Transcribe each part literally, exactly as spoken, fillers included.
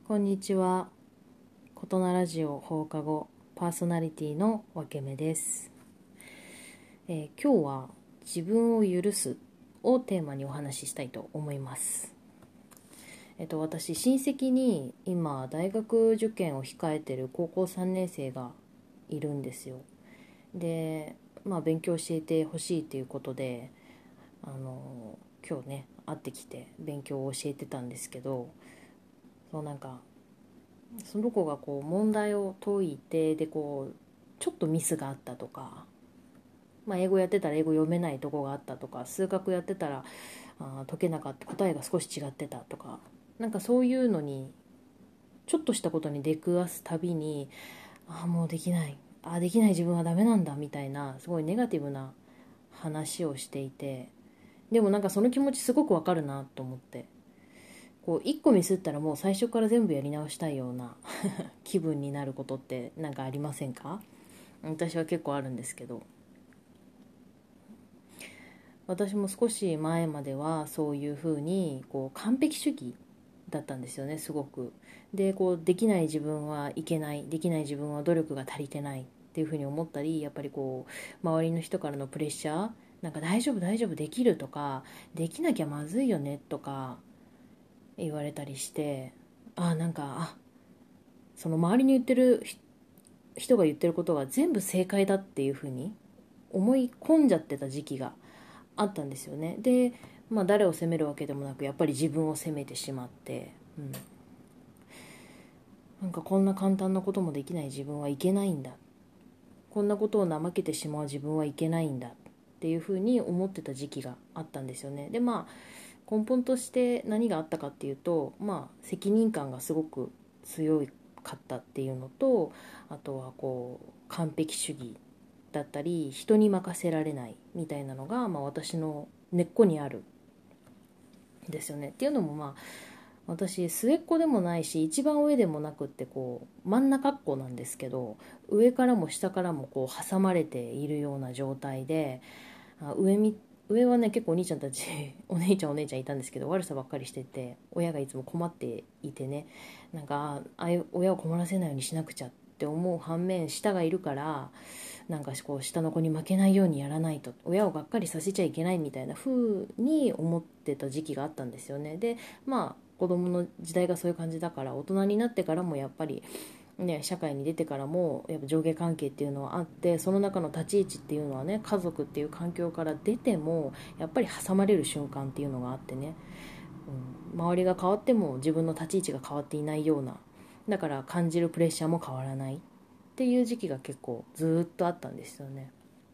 こんにちは。ことなラジオ放課後パーソナリティのわけめです、えー今日は自分を許すをテーマにお話ししたいと思います。えっと私親戚に今大学受験を控えてる高校さんねん生がいるんですよ。で、まあ勉強教えてほしいということで、あの今日ね会ってきて勉強を教えてたんですけど、そうなんかその子がこう問題を解いて、でこうちょっとミスがあったとか、まあ、英語やってたら英語読めないとこがあったとか、数学やってたらあ解けなかった、答えが少し違ってたとか、なんかそういうのにちょっとしたことに出くわすたびに、ああもうできない、ああできない自分はダメなんだみたいな、すごいネガティブな話をしていて、でもなんかその気持ちすごくわかるなと思って、こういっこミスったらもう最初から全部やり直したいような気分になることってなんかありませんか？私は結構あるんですけど、私も少し前まではそういうふうにこう完璧主義だったんですよね、すごく。でこうできない自分はいけない、できない自分は努力が足りてないっていうふうに思ったり、やっぱりこう周りの人からのプレッシャー、なんか大丈夫大丈夫できるとか、できなきゃまずいよねとか言われたりして、あなんかあその周りに言ってる人が言ってることが全部正解だっていうふうに思い込んじゃってた時期があったんですよね。で、まあ、誰を責めるわけでもなく、やっぱり自分を責めてしまって、うん、なんかこんな簡単なこともできない自分はいけないんだ、こんなことを怠けてしまう自分はいけないんだっていうふうに思ってた時期があったんですよね。でまあ根本として何があったかっていうと、まあ、責任感がすごく強かったっていうのと、あとはこう完璧主義だったり人に任せられないみたいなのが、まあ、私の根っこにあるんですよね。っていうのも、まあ私末っ子でもないし一番上でもなくって、こう真ん中っ子なんですけど、上からも下からもこう挟まれているような状態で、あ上み上はね結構お兄ちゃんたちお姉ちゃんお姉ちゃんいたんですけど、悪さばっかりしてて親がいつも困っていてね、なんかああ親を困らせないようにしなくちゃって思う反面、下がいるからなんかこう下の子に負けないようにやらないと、親をがっかりさせちゃいけないみたいな風に思ってた時期があったんですよね。でまあ子供の時代がそういう感じだから、大人になってからもやっぱりね、社会に出てからもやっぱ上下関係っていうのはあって、その中の立ち位置っていうのはね、家族っていう環境から出てもやっぱり挟まれる瞬間っていうのがあってね、うん、周りが変わっても自分の立ち位置が変わっていないような、だから感じるプレッシャーも変わらないっていう時期が結構ずっとあったんですよね。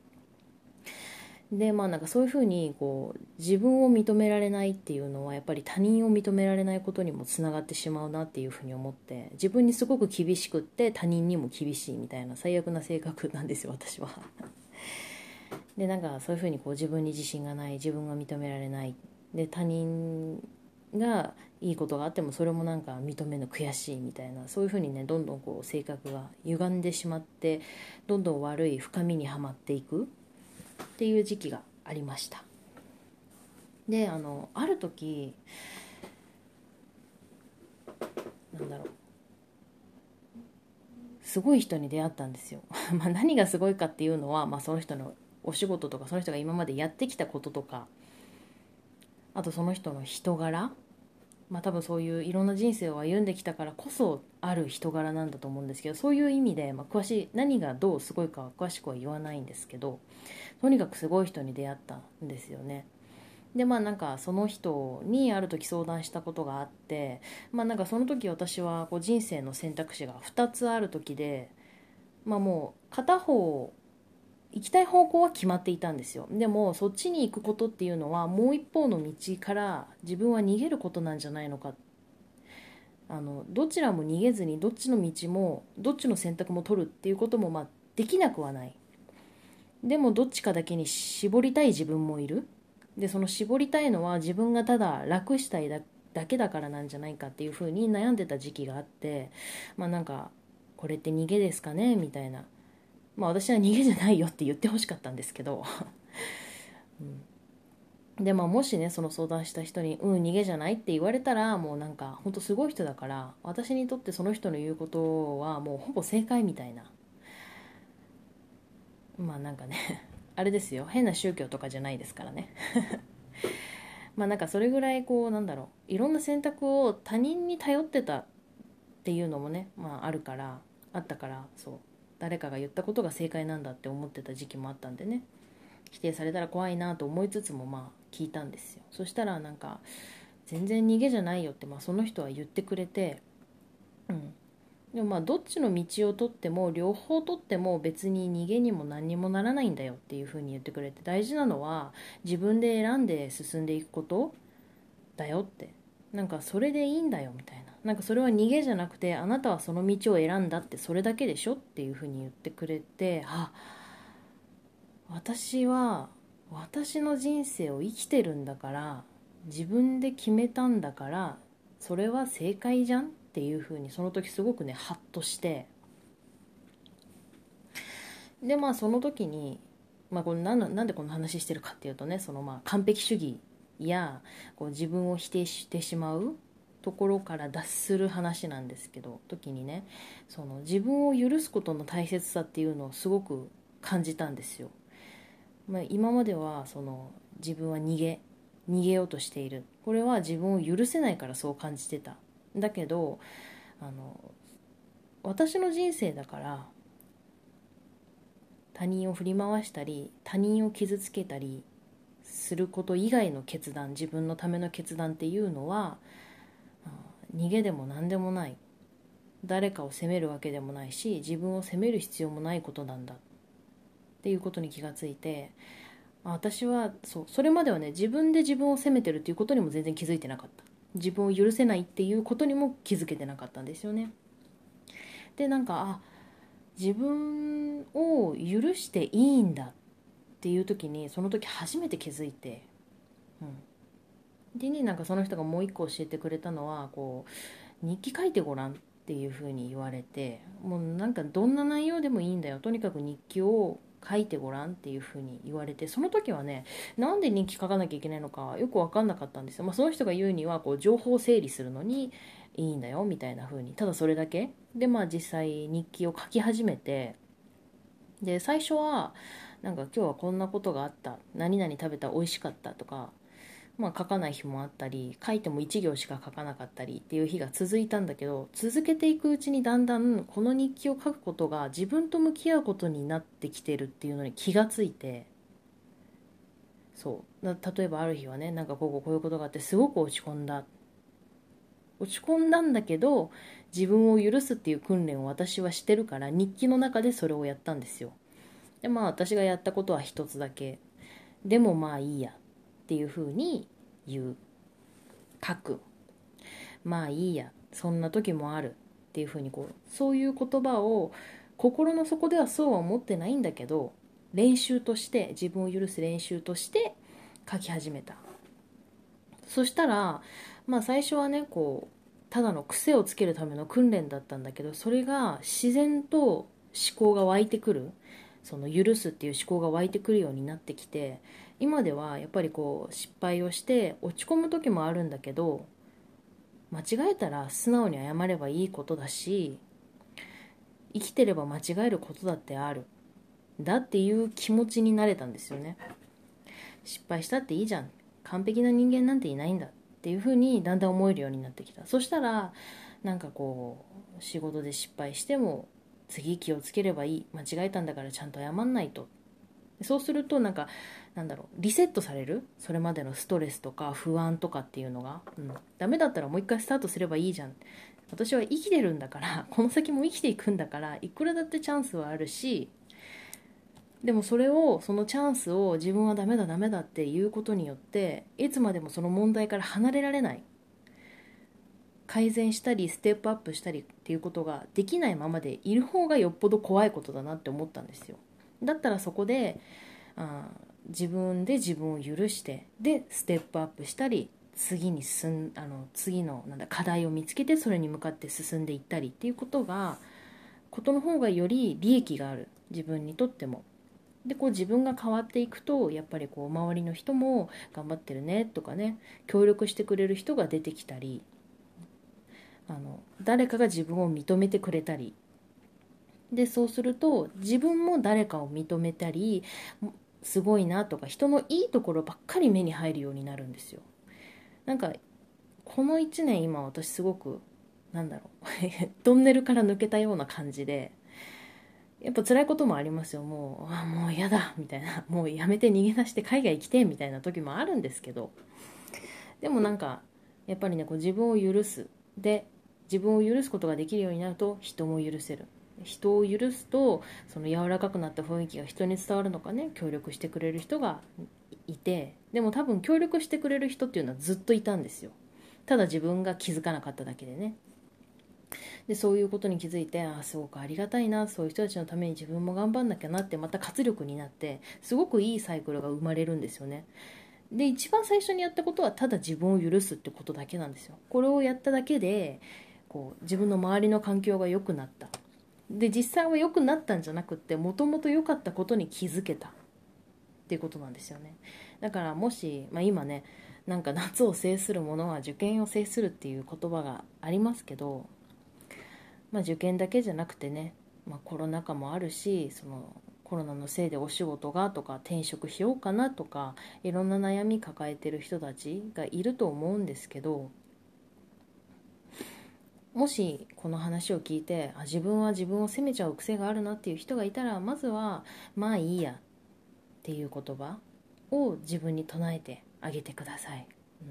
でまあなんかそういうふうにこう自分を認められないっていうのは、やっぱり他人を認められないことにもつながってしまうなっていうふうに思って、自分にすごく厳しくって他人にも厳しいみたいな最悪な性格なんですよ、私は。でなんかそういうふうにこう自分に自信がない、自分が認められない、で他人がいいことがあってもそれもなんか認めるの悔しいみたいな、そういうふうにねどんどんこう性格が歪んでしまって、どんどん悪い深みにはまっていくっていう時期がありました。であのある時、なんだろう、すごい人に出会ったんですよ。まあ何がすごいかっていうのは、まあ、その人のお仕事とか、その人が今までやってきたこととか、あとその人の人柄、まあ多分そういういろんな人生を歩んできたからこそある人柄なんだと思うんですけど、そういう意味で、まあ、詳しい何がどうすごいかは詳しくは言わないんですけど、とにかくすごい人に出会ったんですよね。でまあなんかその人にある時相談したことがあって、まあなんかその時私はこう人生の選択肢がふたつある時で、まあもう片方行きたい方向は決まっていたんですよ。でもそっちに行くことっていうのはもう一方の道から自分は逃げることなんじゃないのか、あのどちらも逃げずにどっちの道もどっちの選択も取るっていうこともまあできなくはない。でもどっちかだけに絞りたい自分もいる。でその絞りたいのは自分がただ楽したいだだけだからなんじゃないかっていうふうに悩んでた時期があって、まあなんかこれって逃げですかねみたいな、まあ私は逃げじゃないよって言ってほしかったんですけど、 でまあもしねその相談した人にうん逃げじゃないって言われたら、もうなんか本当すごい人だから、私にとってその人の言うことはもうほぼ正解みたいな、まあなんかねあれですよ、変な宗教とかじゃないですからねまあなんかそれぐらいこうなんだろう、いろんな選択を他人に頼ってたっていうのもね、まああるからあったから、そう誰かが言ったことが正解なんだって思ってた時期もあったんでね、否定されたら怖いなと思いつつもまあ聞いたんですよ。そしたらなんか全然逃げじゃないよって、まあ、その人は言ってくれて、うん、でもまあどっちの道を取っても両方取っても別に逃げにも何にもならないんだよっていう風に言ってくれて、大事なのは自分で選んで進んでいくことだよって、なんかそれでいいんだよみたいな、なんかそれは逃げじゃなくてあなたはその道を選んだってそれだけでしょっていう風に言ってくれて、あ、私は私の人生を生きてるんだから、自分で決めたんだからそれは正解じゃんっていう風にその時すごくねハッとして、でまあその時に、まあ、これ何のなんでこの話してるかっていうとね、そのまあ完璧主義やこう自分を否定してしまうところから脱する話なんですけど、時にね、その自分を許すことの大切さっていうのをすごく感じたんですよ。まあ、今まではその自分は逃げ逃げようとしている、これは自分を許せないからそう感じてた。だけどあの私の人生だから、他人を振り回したり他人を傷つけたりすること以外の決断、自分のための決断っていうのは逃げでも何でもない、誰かを責めるわけでもないし自分を責める必要もないことなんだっていうことに気がついて、私はそうそれまではね、自分で自分を責めてるっていうことにも全然気づいてなかった、自分を許せないっていうことにも気づけてなかったんですよね。でなんかあ自分を許していいんだっていう時に、その時初めて気づいて、うん、でね、なんかその人がもう一個教えてくれたのは、こう日記書いてごらんっていう風に言われて、もうなんかどんな内容でもいいんだよ、とにかく日記を書いてごらんっていう風に言われて、その時はね、なんで日記書かなきゃいけないのかよく分かんなかったんですよ。まあ、その人が言うにはこう情報を整理するのにいいんだよみたいな風に、ただそれだけで、まあ実際日記を書き始めて、で最初はなんか今日はこんなことがあった、何々食べた、美味しかったとか、まあ書かない日もあったり、書いてもいち行しか書かなかったりっていう日が続いたんだけど、続けていくうちにだんだんこの日記を書くことが自分と向き合うことになってきてるっていうのに気がついて、そうだ例えばある日はね、なんかこうこうこういうことがあってすごく落ち込んだ、落ち込んだんだけど自分を許すっていう訓練を私はしてるから、日記の中でそれをやったんですよ。でまあ私がやったことは一つだけでもまあいいやっていう風に言う、書く、まあいいやそんな時もあるっていう風に、こうそういう言葉を心の底ではそうは思ってないんだけど、練習として、自分を許す練習として書き始めた。そしたらまあ最初はね、こうただの癖をつけるための訓練だったんだけど、それが自然と思考が湧いてくる、その許すっていう思考が湧いてくるようになってきて、今ではやっぱりこう失敗をして落ち込む時もあるんだけど、間違えたら素直に謝ればいいことだし、生きてれば間違えることだってあるだっていう気持ちになれたんですよね。失敗したっていいじゃん、完璧な人間なんていないんだっていう風にだんだん思えるようになってきた。そしたらなんかこう仕事で失敗しても次気をつければいい、間違えたんだからちゃんと謝んないと、そうするとなんかなんだろう、リセットされる、それまでのストレスとか不安とかっていうのが、うん、ダメだったらもう一回スタートすればいいじゃん、私は生きてるんだからこの先も生きていくんだから、いくらだってチャンスはあるし、でもそれをそのチャンスを自分はダメだダメだっていうことによっていつまでもその問題から離れられない、改善したりステップアップしたりっていうことができないままでいる方がよっぽど怖いことだなって思ったんですよ。だったらそこであ自分で自分を許して、でステップアップしたり、次に進んあの次のなんだ課題を見つけてそれに向かって進んでいったりっていうことがことの方がより利益がある、自分にとってもでこう自分が変わっていくと、やっぱりこう周りの人も頑張ってるねとかね、協力してくれる人が出てきたり、あの誰かが自分を認めてくれたりで、そうすると自分も誰かを認めたり、すごいなとか人のいいところばっかり目に入るようになるんですよ。なんかこのいちねん、今私すごくなんだろうトンネルから抜けたような感じで、やっぱ辛いこともありますよ。もうあもう嫌だみたいな、もうやめて逃げ出して海外行きてみたいな時もあるんですけど、でもなんかやっぱりね、こう自分を許す、で自分を許すことができるようになると人も許せる。人を許すとその柔らかくなった雰囲気が人に伝わるのかね、協力してくれる人がいて、でも多分協力してくれる人っていうのはずっといたんですよ。ただ自分が気づかなかっただけでね。でそういうことに気づいて、ああすごくありがたいな、そういう人たちのために自分も頑張んなきゃなって、また活力になって、すごくいいサイクルが生まれるんですよね。で一番最初にやったことはただ自分を許すってことだけなんですよ。これをやっただけでこう自分の周りの環境が良くなった。で実際は良くなったんじゃなくって、もともと良かったことに気づけたっていうことなんですよね。だからもし、まあ、今ね、なんか夏を制するものは受験を制するっていう言葉がありますけど、まあ、受験だけじゃなくてね、まあ、コロナ禍もあるし、そのコロナのせいでお仕事がとか転職しようかなとか、いろんな悩み抱えてる人たちがいると思うんですけど、もしこの話を聞いて、あ自分は自分を責めちゃう癖があるなっていう人がいたら、まずはまあいいやっていう言葉を自分に唱えてあげてください。うん、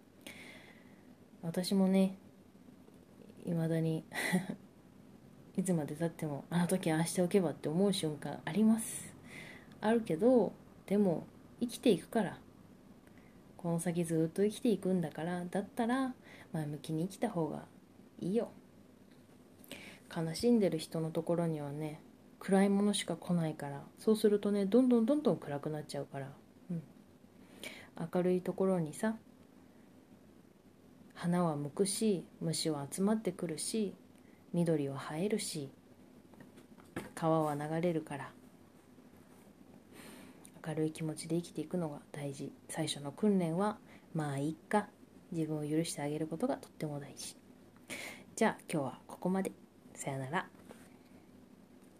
私もね、いまだにいつまでたってもあの時ああしておけばって思う瞬間あります。あるけど、でも生きていくから、この先ずっと生きていくんだから、だったら前向きに生きた方がいいよ。悲しんでる人のところにはね、暗いものしか来ないから、そうするとね、どんどんどんどん暗くなっちゃうから、うん、明るいところにさ、花は向くし、虫は集まってくるし、緑は生えるし、川は流れるから、明るい気持ちで生きていくのが大事。最初の訓練はまあいいか、自分を許してあげることがとっても大事。じゃあ今日はここまで。さよなら。